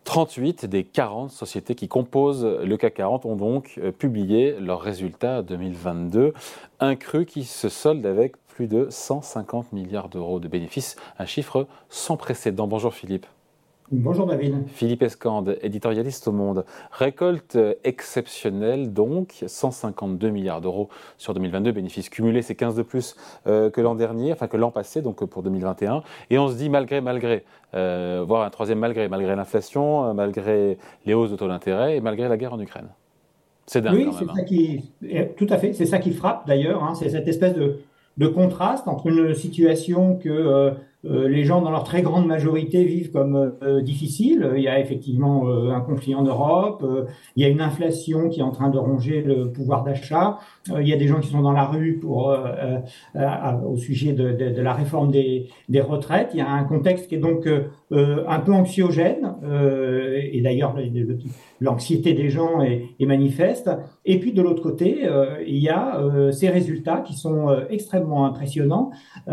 38 des 40 sociétés qui composent le CAC 40 ont donc publié leurs résultats 2022. Un cru qui se solde avec plus de 150 milliards d'euros de bénéfices, un chiffre sans précédent. Bonjour Philippe. Bonjour David. Philippe Escande, éditorialiste au Monde. Récolte exceptionnelle donc, 152 milliards d'euros sur 2022, bénéfices cumulés, c'est 15 de plus que l'an dernier, enfin que l'an passé, donc pour 2021. Et on se dit malgré, voire un troisième malgré l'inflation, malgré les hausses de taux d'intérêt et malgré la guerre en Ukraine. C'est dingue Oui, quand c'est même. ça tout à fait, c'est ça qui frappe d'ailleurs, hein, c'est cette espèce de contraste entre une situation que les gens dans leur très grande majorité vivent comme difficile. Il y a effectivement un conflit en Europe, il y a une inflation qui est en train de ronger le pouvoir d'achat, il y a des gens qui sont dans la rue au sujet de la réforme des retraites. Il y a un contexte qui est donc un peu anxiogène, et d'ailleurs l'anxiété des gens est manifeste. Et puis de l'autre côté, il y a ces résultats qui sont extrêmement impressionnants.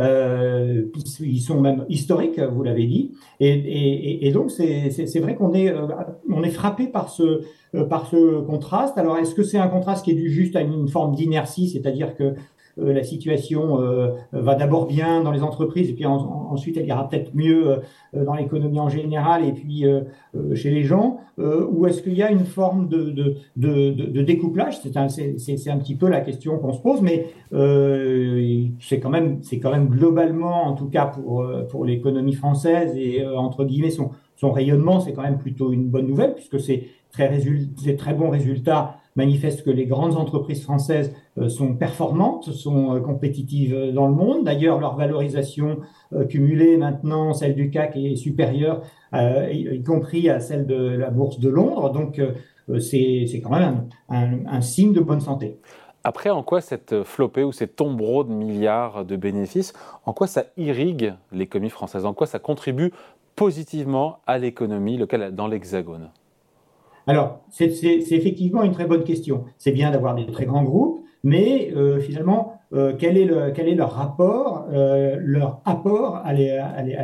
Ils sont même historiques, vous l'avez dit. Et donc c'est vrai on est frappé par ce contraste. Alors est-ce que c'est un contraste qui est dû juste à une forme d'inertie, c'est-à-dire que la situation va d'abord bien dans les entreprises et puis ensuite elle ira peut-être mieux dans l'économie en général et puis chez les gens, ou est-ce qu'il y a une forme de découplage? C'est un petit peu la question qu'on se pose, mais c'est quand même globalement, en tout cas pour l'économie française et entre guillemets son rayonnement, c'est quand même plutôt une bonne nouvelle puisque ces très bons résultats manifestent que les grandes entreprises françaises sont performantes, sont compétitives dans le monde. D'ailleurs, leur valorisation cumulée maintenant, celle du CAC, est supérieure, y compris à celle de la bourse de Londres. Donc, c'est quand même un signe de bonne santé. Après, en quoi cette flopée ou ces tombereaux de milliards de bénéfices, en quoi ça irrigue l'économie française? En quoi ça contribue positivement à l'économie locale dans l'Hexagone? Alors, c'est effectivement une très bonne question. C'est bien d'avoir des très grands groupes, mais finalement, quel est leur leur apport à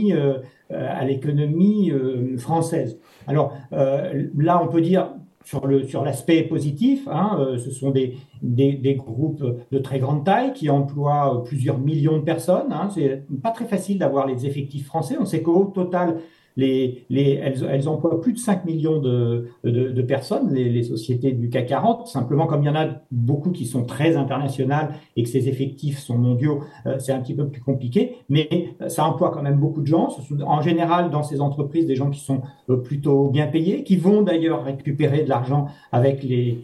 l'économie française? Alors là, on peut dire sur l'aspect positif, hein, ce sont des groupes de très grande taille qui emploient plusieurs millions de personnes. Hein. C'est pas très facile d'avoir les effectifs français. On sait qu'au total, elles emploient plus de 5 millions de personnes, les sociétés du CAC 40. Simplement, comme il y en a beaucoup qui sont très internationales et que ces effectifs sont mondiaux, c'est un petit peu plus compliqué. Mais ça emploie quand même beaucoup de gens. Ce sont en général dans ces entreprises des gens qui sont plutôt bien payés, qui vont d'ailleurs récupérer de l'argent avec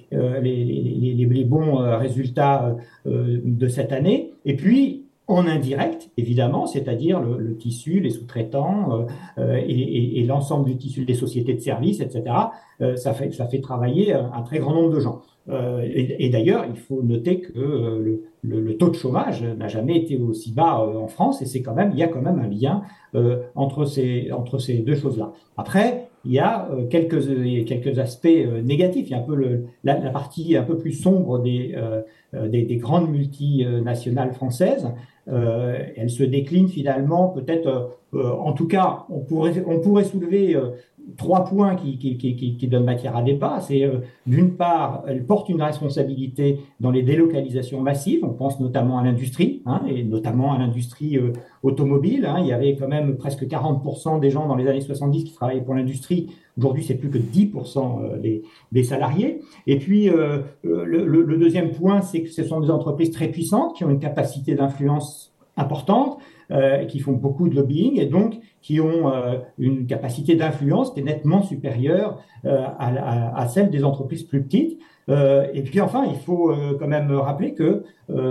les bons résultats de cette année. Et puis, en indirect, évidemment, c'est-à-dire le tissu, les sous-traitants et l'ensemble du tissu des sociétés de services, etc. Ça fait travailler un très grand nombre de gens. Et d'ailleurs, il faut noter que le taux de chômage n'a jamais été aussi bas en France, et il y a quand même un lien entre ces deux choses-là. Après, il y a quelques aspects négatifs. Il y a un peu la partie un peu plus sombre des grandes multinationales françaises. Elle se décline finalement peut-être, en tout cas, on pourrait soulever trois points qui donnent matière à débat. C'est d'une part, elle porte une responsabilité dans les délocalisations massives. On pense notamment à l'industrie, hein, et notamment à l'industrie automobile. Hein. Il y avait quand même presque 40% des gens dans les années 70 qui travaillaient pour l'industrie. Aujourd'hui, c'est plus que 10% des salariés. Et puis, le deuxième point, c'est que ce sont des entreprises très puissantes qui ont une capacité d'influence importante, qui font beaucoup de lobbying et donc qui ont une capacité d'influence qui est nettement supérieure à celle des entreprises plus petites. Et puis enfin, il faut quand même rappeler que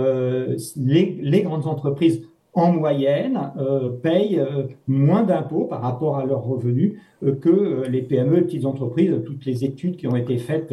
les grandes entreprises en moyenne payent moins d'impôts par rapport à leurs revenus que les PME, les petites entreprises. Toutes les études qui ont été faites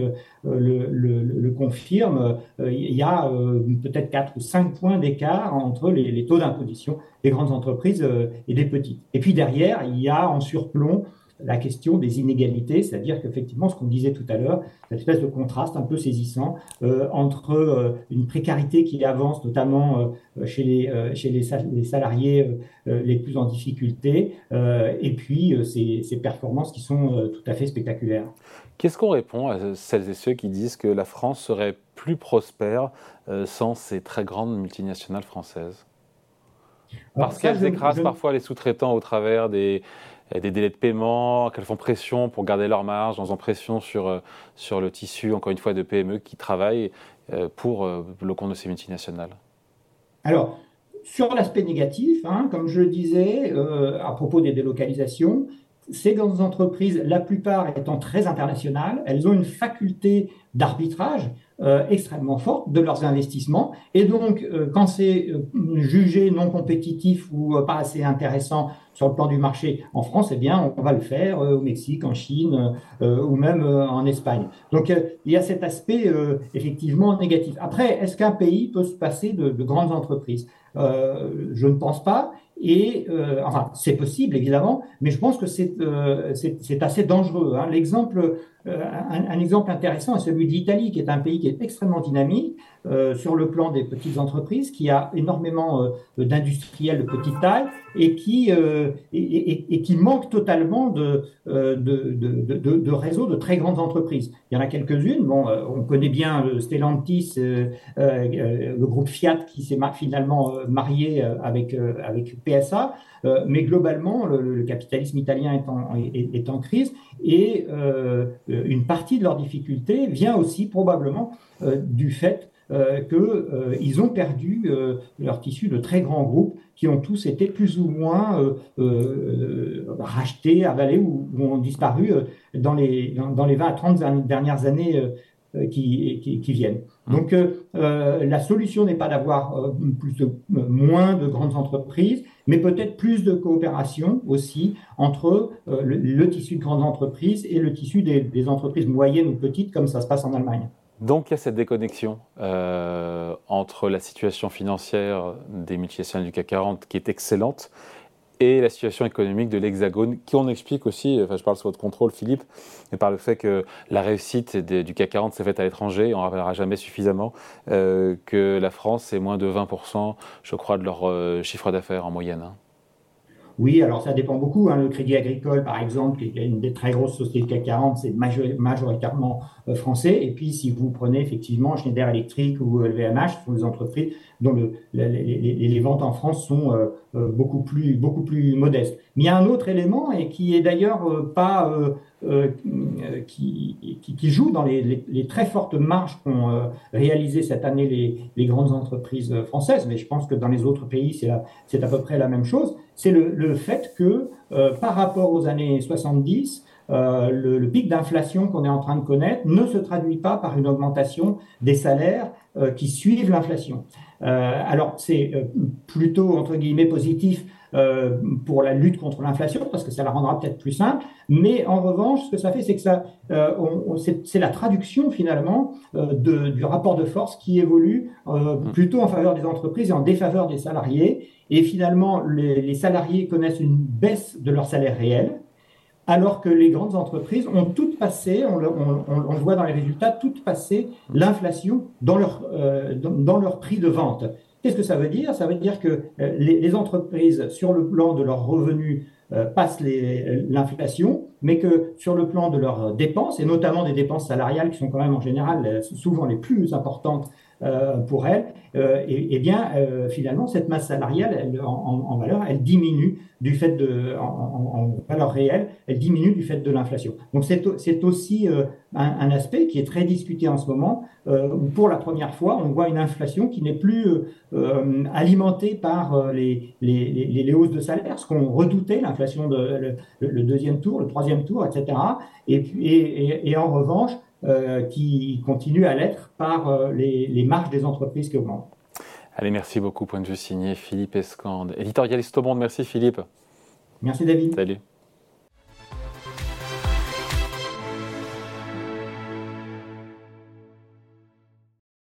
le confirment. Il y a peut-être 4 ou 5 points d'écart entre les taux d'imposition des grandes entreprises et des petites. Et puis derrière, il y a en surplomb la question des inégalités, c'est-à-dire qu'effectivement, ce qu'on disait tout à l'heure, cette espèce de contraste un peu saisissant entre une précarité qui avance, notamment chez les salariés les plus en difficulté, et puis ces performances qui sont tout à fait spectaculaires. Qu'est-ce qu'on répond à celles et ceux qui disent que la France serait plus prospère sans ces très grandes multinationales françaises? Alors Parce ça, qu'elles écrasent parfois les sous-traitants au travers des délais de paiement, qu'elles font pression pour garder leur marge, en faisant pression sur le tissu, encore une fois, de PME qui travaillent pour le compte de ces multinationales. Alors, sur l'aspect négatif, hein, comme je le disais à propos des délocalisations, ces grandes entreprises, la plupart étant très internationales, elles ont une faculté d'arbitrage extrêmement forte de leurs investissements. Et donc, quand c'est jugé non compétitif ou pas assez intéressant sur le plan du marché en France, eh bien, on va le faire au Mexique, en Chine ou même en Espagne. Donc, il y a cet aspect effectivement négatif. Après, est-ce qu'un pays peut se passer de grandes entreprises? Je ne pense pas. Et enfin, c'est possible évidemment, mais je pense que c'est assez dangereux. Hein. Un exemple intéressant est celui de l'Italie, qui est un pays qui est extrêmement dynamique sur le plan des petites entreprises, qui a énormément d'industriels de petite taille et qui manque totalement de réseaux de très grandes entreprises. Il y en a quelques-unes. Bon, on connaît bien Stellantis, le groupe Fiat qui s'est finalement marié avec PSA, mais globalement, le capitalisme italien est en crise et une partie de leur difficulté vient aussi probablement du fait qu'ils ont perdu leur tissu de très grands groupes qui ont tous été plus ou moins rachetés, avalés ou ont disparu dans les 20 à 30 dernières années qui viennent. Donc la solution n'est pas d'avoir moins de grandes entreprises, mais peut-être plus de coopération aussi entre le tissu de grandes entreprises et le tissu des entreprises moyennes ou petites, comme ça se passe en Allemagne. Donc il y a cette déconnexion entre la situation financière des multinationales du CAC 40 qui est excellente et la situation économique de l'Hexagone, qui on explique aussi, enfin je parle sous votre contrôle Philippe, mais par le fait que la réussite du CAC 40 s'est faite à l'étranger, on ne rappellera jamais suffisamment que la France c'est moins de 20%, je crois, de leur chiffre d'affaires en moyenne. Hein. Oui, alors ça dépend beaucoup. Hein. Le Crédit Agricole, par exemple, qui est une des très grosses sociétés du CAC 40, c'est majoritairement français. Et puis, si vous prenez effectivement Schneider Electric ou LVMH, ce sont des entreprises dont les ventes en France sont beaucoup plus modestes. Mais il y a un autre élément, et qui est d'ailleurs pas qui joue dans les très fortes marges qu'ont réalisées cette année les grandes entreprises françaises, mais je pense que dans les autres pays, c'est à peu près la même chose. C'est le fait que par rapport aux années 70, le pic d'inflation qu'on est en train de connaître ne se traduit pas par une augmentation des salaires qui suivent l'inflation. Alors c'est plutôt entre guillemets positif pour la lutte contre l'inflation parce que ça la rendra peut-être plus simple, mais en revanche ce que ça fait c'est que c'est la traduction finalement du rapport de force qui évolue plutôt en faveur des entreprises et en défaveur des salariés, et finalement les salariés connaissent une baisse de leur salaire réel, alors que les grandes entreprises ont toutes passé, on le voit dans les résultats, toutes passé l'inflation dans leur prix de vente. Qu'est-ce que ça veut dire? Ça veut dire que les entreprises, sur le plan de leurs revenus, passent l'inflation, mais que sur le plan de leurs dépenses, et notamment des dépenses salariales qui sont quand même en général souvent les plus importantes pour elles, et bien finalement cette masse salariale en valeur, elle diminue du fait en valeur réelle, elle diminue du fait de l'inflation. Donc c'est aussi un aspect qui est très discuté en ce moment, où pour la première fois on voit une inflation qui n'est plus alimentée par les hausses de salaire, ce qu'on redoutait, l'inflation le deuxième tour, le troisième tour, etc. Et en revanche, qui continue à l'être par les marges des entreprises qui augmentent. Allez, merci beaucoup. Point de vue signé Philippe Escande, éditorialiste au Monde. Merci Philippe. Merci David. Salut.